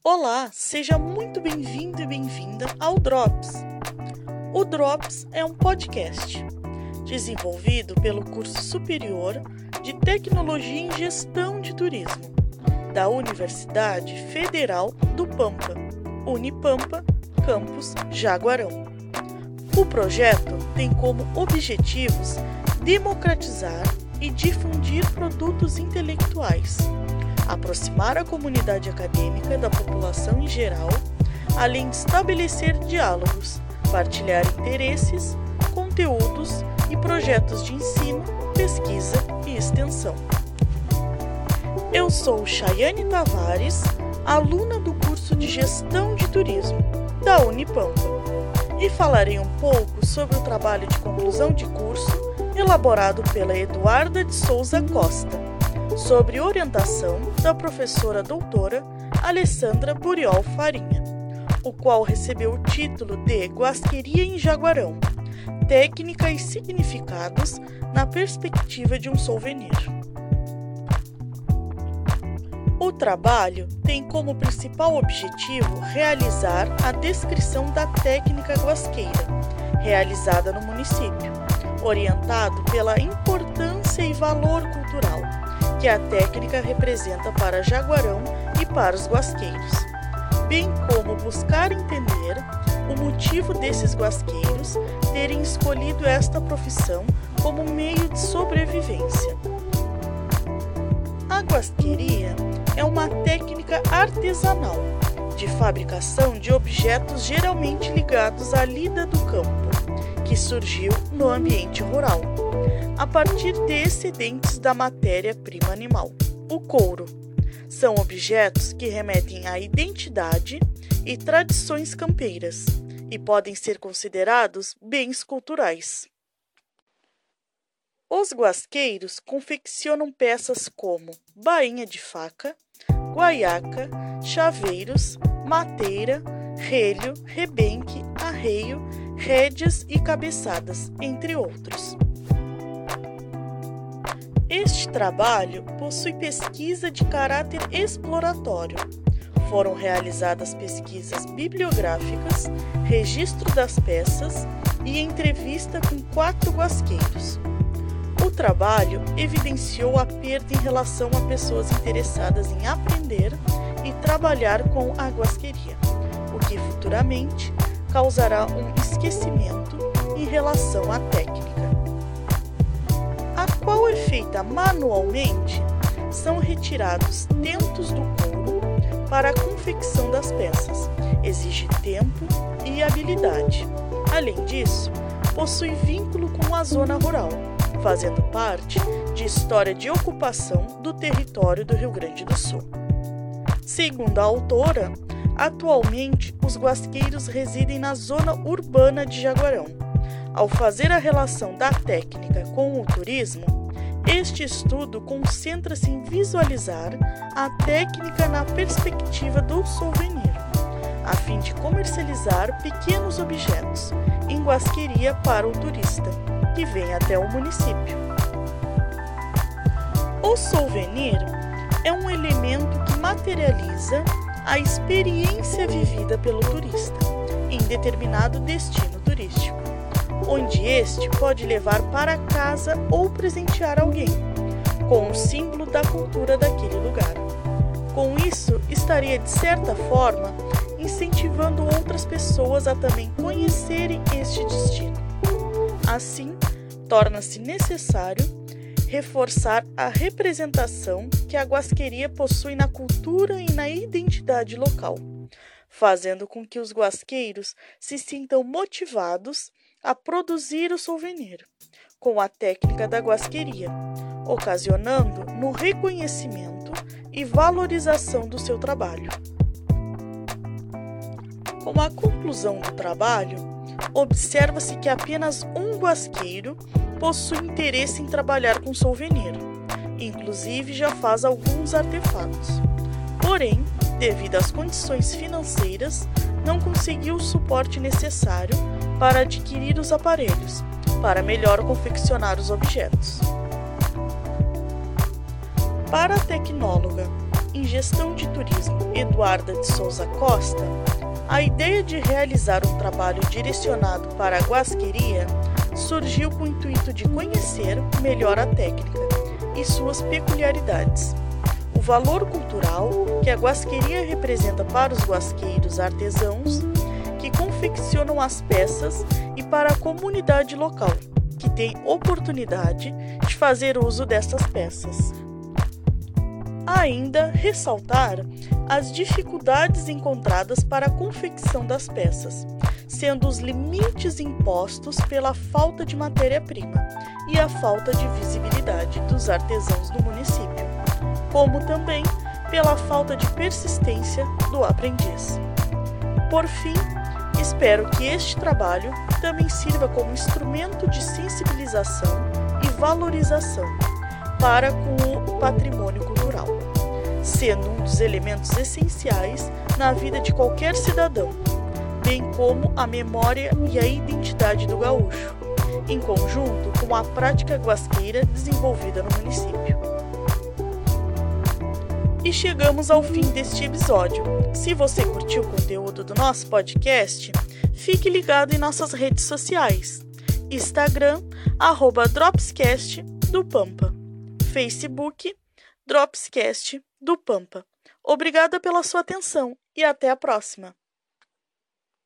Olá, seja muito bem-vindo e bem-vinda ao Drops. O Drops é um podcast desenvolvido pelo curso superior de Tecnologia em Gestão de Turismo da Universidade Federal do Pampa, Unipampa, Campus Jaguarão. O projeto tem como objetivos democratizar e difundir produtos intelectuais, aproximar a comunidade acadêmica da população em geral, além de estabelecer diálogos, partilhar interesses, conteúdos e projetos de ensino, pesquisa e extensão. Eu sou Chayane Tavares, aluna do curso de Gestão de Turismo da Unipampa, e falarei um pouco sobre o trabalho de conclusão de curso elaborado pela Eduarda de Souza Costa, sobre orientação da professora doutora Alessandra Buriol Farinha, o qual recebeu o título de Guasqueria em Jaguarão, técnica e significados na perspectiva de um souvenir. O trabalho tem como principal objetivo realizar a descrição da técnica guasqueira, realizada no município, orientado pela importância e valor cultural que a técnica representa para Jaguarão e para os guasqueiros, bem como buscar entender o motivo desses guasqueiros terem escolhido esta profissão como meio de sobrevivência. A guasqueria é uma técnica artesanal de fabricação de objetos geralmente ligados à lida do campo, que surgiu no ambiente rural, a partir de excedentes da matéria-prima animal. O couro são objetos que remetem à identidade e tradições campeiras e podem ser considerados bens culturais. Os guasqueiros confeccionam peças como bainha de faca, guaiaca, chaveiros, mateira, relho, rebenque, arreio, rédeas e cabeçadas, entre outros. Este trabalho possui pesquisa de caráter exploratório. Foram realizadas pesquisas bibliográficas, registro das peças e entrevista com 4 guasqueiros. O trabalho evidenciou a perda em relação a pessoas interessadas em aprender e trabalhar com a guasqueria, o que futuramente causará um esquecimento em relação à técnica. A qual é feita manualmente, são retirados tentos do couro para a confecção das peças. Exige tempo e habilidade. Além disso, possui vínculo com a zona rural, fazendo parte de história de ocupação do território do Rio Grande do Sul. Segundo a autora, atualmente os guasqueiros residem na zona urbana de Jaguarão. Ao fazer a relação da técnica com o turismo, este estudo concentra-se em visualizar a técnica na perspectiva do souvenir, a fim de comercializar pequenos objetos em guasqueria para o turista, que vem até o município. O souvenir é um elemento que materializa a experiência vivida pelo turista em determinado destino turístico, onde este pode levar para casa ou presentear alguém, com o símbolo da cultura daquele lugar. Com isso, estaria de certa forma incentivando outras pessoas a também conhecerem este destino. Assim, torna-se necessário reforçar a representação que a guasqueria possui na cultura e na identidade local, fazendo com que os guasqueiros se sintam motivados a produzir o souvenir com a técnica da guasqueria, ocasionando no reconhecimento e valorização do seu trabalho. Com a conclusão do trabalho, observa-se que apenas um guasqueiro possui interesse em trabalhar com souvenir, inclusive já faz alguns artefatos. Porém, devido às condições financeiras, não conseguiu o suporte necessário para adquirir os aparelhos, para melhor confeccionar os objetos. Para a tecnóloga em Gestão de Turismo, Eduarda de Souza Costa, a ideia de realizar um trabalho direcionado para a guasqueria surgiu com o intuito de conhecer melhor a técnica e suas peculiaridades, o valor cultural que a guasqueria representa para os guasqueiros artesãos que confeccionam as peças e para a comunidade local, que tem oportunidade de fazer uso dessas peças. Ainda ressaltar as dificuldades encontradas para a confecção das peças, sendo os limites impostos pela falta de matéria-prima e a falta de visibilidade dos artesãos no município, como também pela falta de persistência do aprendiz. Por fim, espero que este trabalho também sirva como instrumento de sensibilização e valorização para com o patrimônio cultural, sendo um dos elementos essenciais na vida de qualquer cidadão, bem como a memória e a identidade do gaúcho, em conjunto com a prática guasqueira desenvolvida no município. E chegamos ao fim deste episódio. Se você curtiu o conteúdo do nosso podcast, fique ligado em nossas redes sociais: Instagram, @Dropscast do Pampa, Facebook, Dropscast do Pampa. Obrigada pela sua atenção e até a próxima!